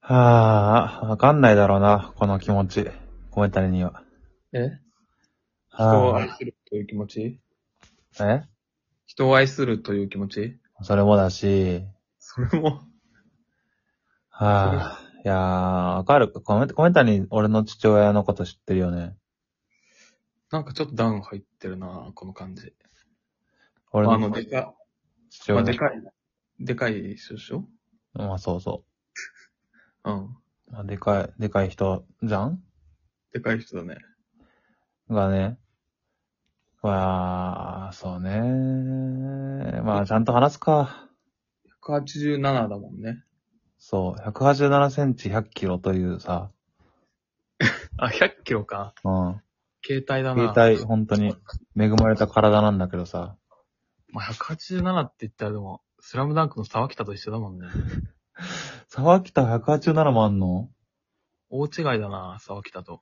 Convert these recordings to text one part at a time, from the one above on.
はぁ、わかんないだろうな、この気持ち。コメンタリーには。 人をは愛するという気持ちぁ、 人を愛するという気持ちそれもだし、 それも、それも、 はぁ、いやー、わかる。コメンタリーに俺の父親のこと知ってるよね。 なんかちょっとダウン入ってるな、この感じ。 俺の父親。 でかい人でしょまあそうそうん。 う。まあ、でかい人じゃんでかい人だね。 がね。まあ、そうね。まあ、ちゃんと話すか。 187だもんね。 そう、187センチ100キロというさ、 あ、100キロか。 うん。 携帯だな。 携帯、本当に恵まれた体なんだけどさ。 まあ、187って言ったらでも、スラムダンクの沢北と一緒だもんね。 沢北187もあんの？ 大違いだな、沢北と。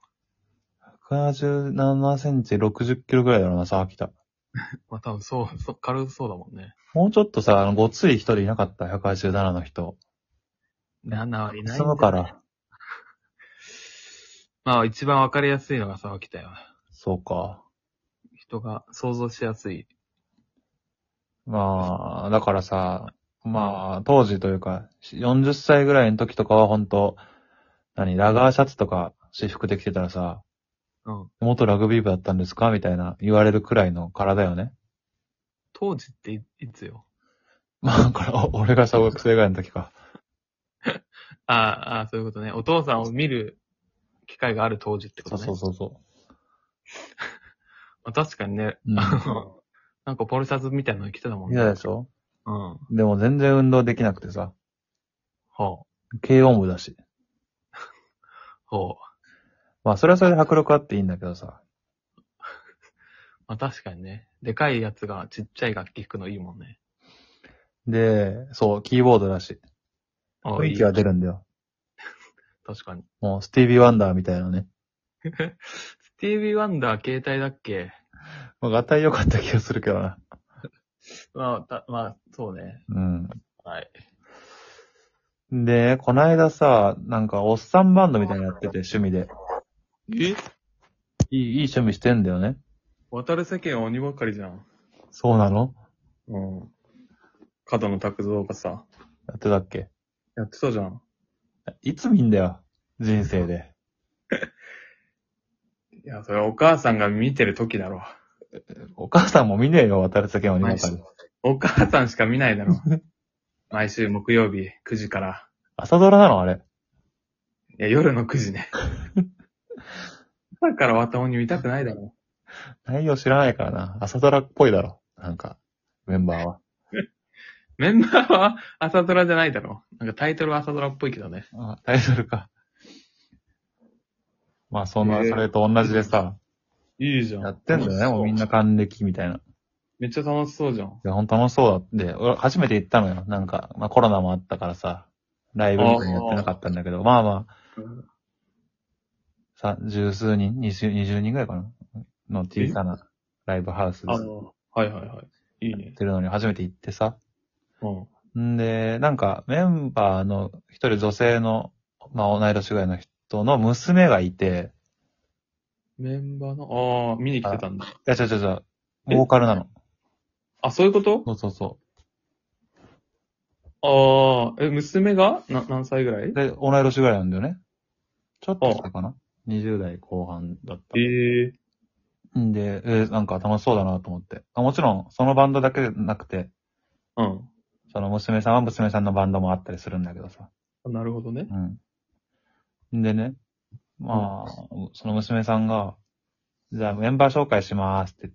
187センチ60キロぐらいだろうな、沢北。 まあ多分軽そうだもんね。 もうちょっとさ、ごつい人でいなかった？ 187 の人。 いないんじゃない進むから。 まあ一番わかりやすいのが沢北よ。 そうか。 人が想像しやすい。 まあ、だからさ、まあ、当時というか、40歳ぐらいの時とかは本当ラガーシャツとか私服で着てたらさ、 うん。 元ラグビー部だったんですかみたいな言われるくらいの体よね。 当時っていつよ。 まあ、これ、俺が小学生ぐらいの時か。 そういうことね。お父さんを見る機会がある当時ってことね。 そう。 まあ、確かにね、 うん。 なんかポロシャツみたいなの着てたもんね。 嫌でしょ？ うん。はでも全然運動できなくてさ、 あ。 軽音部だし。 ほう。 まあ、それはそれで迫力あっていいんだけどさ。 まあ確かにね。でかいやつがちっちゃい楽器弾くのいいもんね。 で、そう、キーボードだし。 あ雰囲気は出るんだよ。 確かに。 もう、スティービー・ワンダーみたいなね。 スティービー・ワンダー携帯だっけ？ まあ、ガタイ良かった気がするけどな。 まあ、そうね。 うん。 はい。 で、こないださ、なんか、おっさんバンドみたいなのやってて、趣味で。 えいい趣味してんだよね。 渡る世間は鬼ばかりじゃん。 そうなの？ うん。角野拓三がさ、 やってたっけ？ やってたじゃん。 いつ見んだよ。人生で。 いや、それお母さんが見てる時だろ。 お母さんも見ねえよ、渡る世間は今から。 お母さんしか見ないだろ。毎週木曜日9時から。 朝ドラなのあれ。 いや、夜の9時ね。だから渡鬼見たくないだろ。 内容知らないからな。朝ドラっぽいだろ。なんか、メンバーは。 メンバーは朝ドラじゃないだろ。なんかタイトルは朝ドラっぽいけどね。 あ、タイトルか。まあ、それと同じでさ、 いいじゃん。 やってんだよね、もうみんな還暦みたいな。いめっちゃ楽しそうじゃん。 や、ほんと楽しそうだって。俺、初めて行ったのよ。なんか、まあコロナもあったからさ、ライブみたいにやってなかったんだけど、まあまあ、十数人、20人ぐらいかなの小さなライブハウスでやはいはいはい。いいねっ。てるのに初めて行ってさ。 うん。 んで、なんか、メンバーの一人女性の、まあ同い年ぐらいの人の娘がいて、 メンバーの、見に来てたんだ。 いや、違う、ボーカルなの。 あ、そういうことそう。 娘が何歳ぐらいで、同い年ぐらいなんだよね。ちょっと下かな？ 20 代後半だった。 えんで、なんか楽しそうだなと思って。もちろん、そのバンドだけじゃなくて、 うん。 その娘さんは娘さんのバンドもあったりするんだけどさ。 なるほどね。 うん。でね、まあ、その娘さんが、じゃあメンバー紹介しますって言って、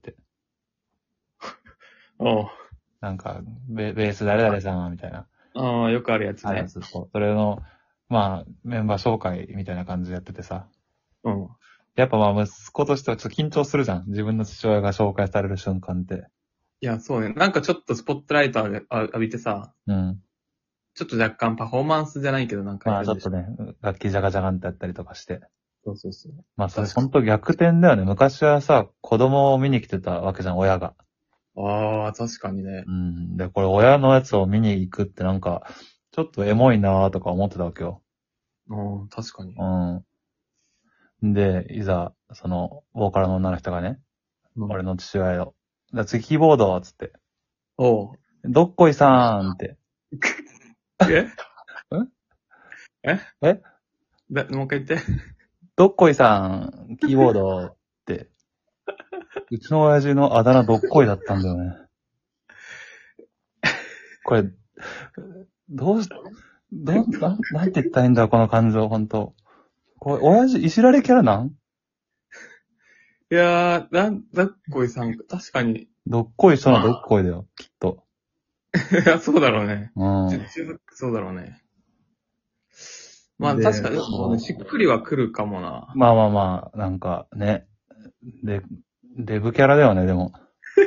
うん。 なんか、ベース誰々さんみたいな。 よくあるやつね。 そう。それの、まあ、メンバー紹介みたいな感じでやっててさ。 うん。 やっぱまあ、息子としてはちょっと緊張するじゃん。自分の父親が紹介される瞬間って。 いや、そうね。なんかちょっとスポットライト浴びてさ、 うん。 ちょっと若干パフォーマンスじゃないけどなんかまやるんでしょ。 あちょっとね、楽器ジャカジャカンってやったりとかして。 そう。 まあそれ確かに本当逆転だよね。昔はさ、子供を見に来てたわけじゃん、親が。 確かにね。 うん。で、これ親のやつを見に行くってなんか、ちょっとエモいなーとか思ってたわけよ。 確かに。 うん。で、いざ、その、ボーカルの女の人がね、俺の。 の父親よ。次キーボードつって、 おう。 どっこいさーんって。 えんええもう一回言って。 どっこいさん、キーボードって。うちの親父のあだ名どっこいだったんだよね。これ、どうし、なんて言ったらいいんだろう、この感情、ほんと。これ、親父いじられキャラなんいやー、だっこいさん、確かに。 どっこい人のどっこいだよ、きっと。 いや、そうだろうね。 うん。 そうだろうね。まあで確かに、そうね、しっくりは来るかもな。 まあまあまあ、なんかね。で、デブキャラだよね、でも。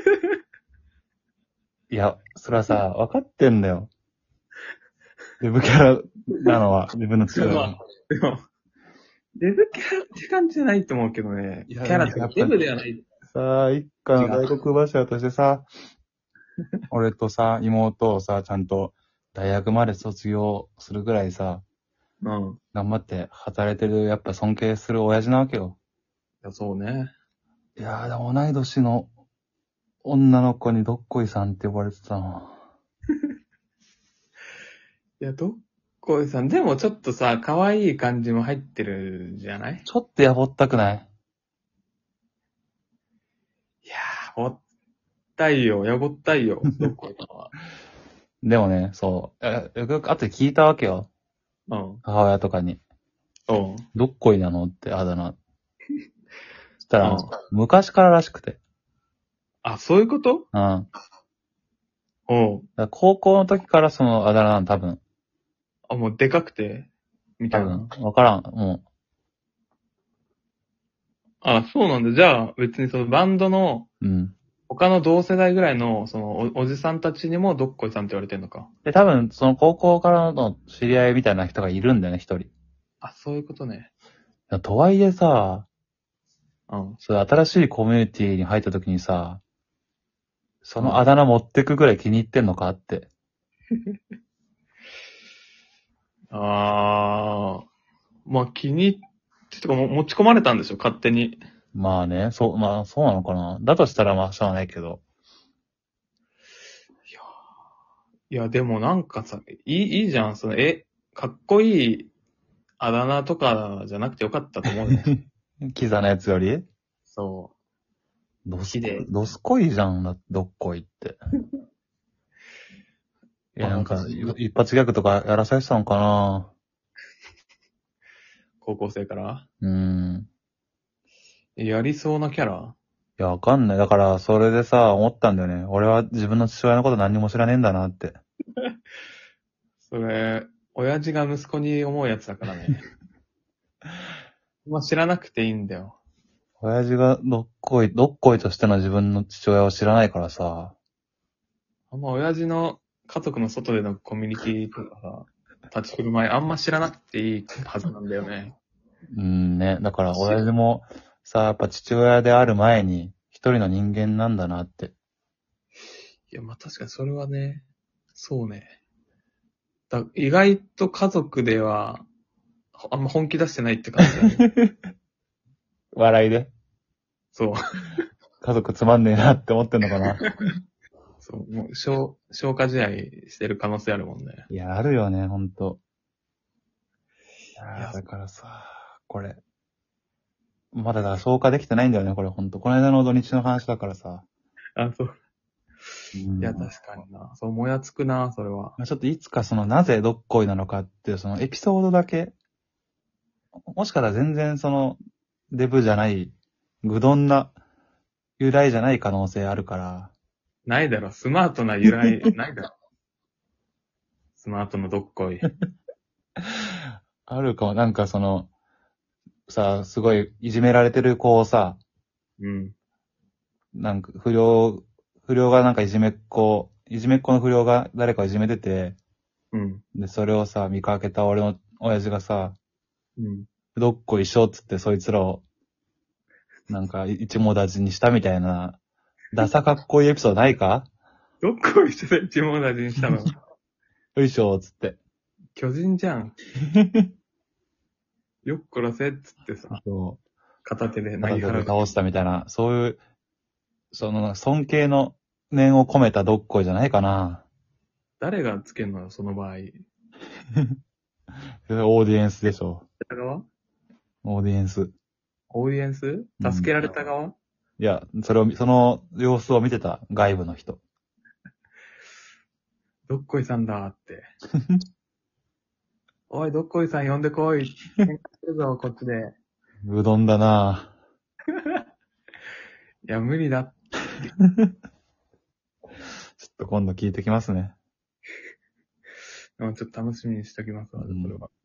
いや、それはさ、分かってんだよ。デブキャラなのは、自分の父親が。 でも、デブキャラって感じじゃないと思うけどね。 いやキャラってやっぱデブではない。 さあ、一家の大黒柱としてさ、俺とさ、妹をさ、ちゃんと大学まで卒業するぐらいさ、 うん。い頑張って働いてる、やっぱ尊敬する親父なわけよ。 や、そうね。 いやー、でも同い年の女の子にどっこいさんって呼ばれてたな。 いや、どっこいさん、でもちょっとさ、可愛い感じも入ってるじゃない？ ちょっとやぼったくない？ いやー、ぼったいよ、やぼったいよ、どっこいさんは。 でもね、そう。よくよく後で聞いたわけよ。 うん。 母親とかに。 うん。 どっこいなのってあだ名。そしたらうん、 昔かららしくて。 あ、そういうこと？ うん。 うん。 だから高校の時からそのあだ名なの、多分。 あ、もうでかくて、みたいな。 多分。わからん。もあ、そうなんだ。じゃあ、別にそのバンドの、 う。うん。 他の同世代ぐらいの、そのおじさんたちにもどっこいさんって言われてんのか。 で、多分、その高校からの知り合いみたいな人がいるんだよね、一人。 あ、そういうことね。 とはいえさ、 うん。 そういう新しいコミュニティに入った時にさ、そのあだ名持ってくぐらい気に入ってんのかって。 まあ気に入ってとかも持ち込まれたんでしょ、勝手に。 まあね、そう、まあそうなのかな。だとしたらまあしょうがないけど。 いやいや、でもなんかさ、いいじゃん。かっこいいあだ名とかじゃなくてよかったと思うよ。 キザなやつよりそどす綺麗どすこいじゃん、どっこいって。いや、なんか、一発ギャグとかやらされてたのかな。 高校生からうん。 やりそうなキャラ？ いや、わかんない。だから、それでさ、思ったんだよね。俺は自分の父親のこと何にも知らねえんだなって。 それ、親父が息子に思うやつだからね。まあ知らなくていいんだよ。 親父がどっこいとしての自分の父親を知らないからさ。 あんま親父の家族の外でのコミュニティとかさ、立ち振る舞いあんま知らなくていいはずなんだよね。 うんね。だから、親父もさ、やっぱ父親である前に、一人の人間なんだなって。 いや、まあ確かにそれはね、そうね。意外と家族では、あんま本気出してないって感じだね。 笑いで。 そう。 家族つまんねえなって思ってんのかな。 そう。もう消化試合してる可能性あるもんね。 いや、あるよね、ほんと。 いやだからさ、これ。まだ消化できてないんだよね、これほんと。この間の土日の話だからさ。 そう。 うん、 いや、確かにな。そう、もやつくな、それは。 ちょっといつかその、なぜどっこいなのかっていう、そのエピソードだけ、もしかしたら全然その、デブじゃない、愚鈍な由来じゃない可能性あるから。 ないだろ、スマートな由来、ないだろ。スマートのどっこい。 あるかも、なんかその、さ、すごいいじめられてる子をさ、 うん。 なんか不良がなんかいじめっ子の不良が誰かをいじめてて、 うん。 で、それをさ、見かけた俺の親父がさ、 うん。 どっこいしょっつってそいつらを、なんか一網打尽にしたみたいな、ダサかっこいいエピソードないか？ どっこいしてた一網打尽したの。 よいしょっつって。 巨人じゃん。 よっこらせっつってさ、 そ片手でう、 投げ払う。 倒したみたいな、そういう、尊敬の念を込めたどっこいじゃないかな。 誰がつけんのよ、その場合。 それオーディエンスでしょ。 た側オーディエンス。 オーディエンスうん助けられた側、 いや、その様子を見てた外部の人。 どっこいさんだって。おい、どっこいさん呼んでこい。喧嘩するぞ、こっちで。 うどんだないや、無理だ。 ちょっと今度聞いてきますね。 でもちょっと楽しみにしときますわ、 うんそれは。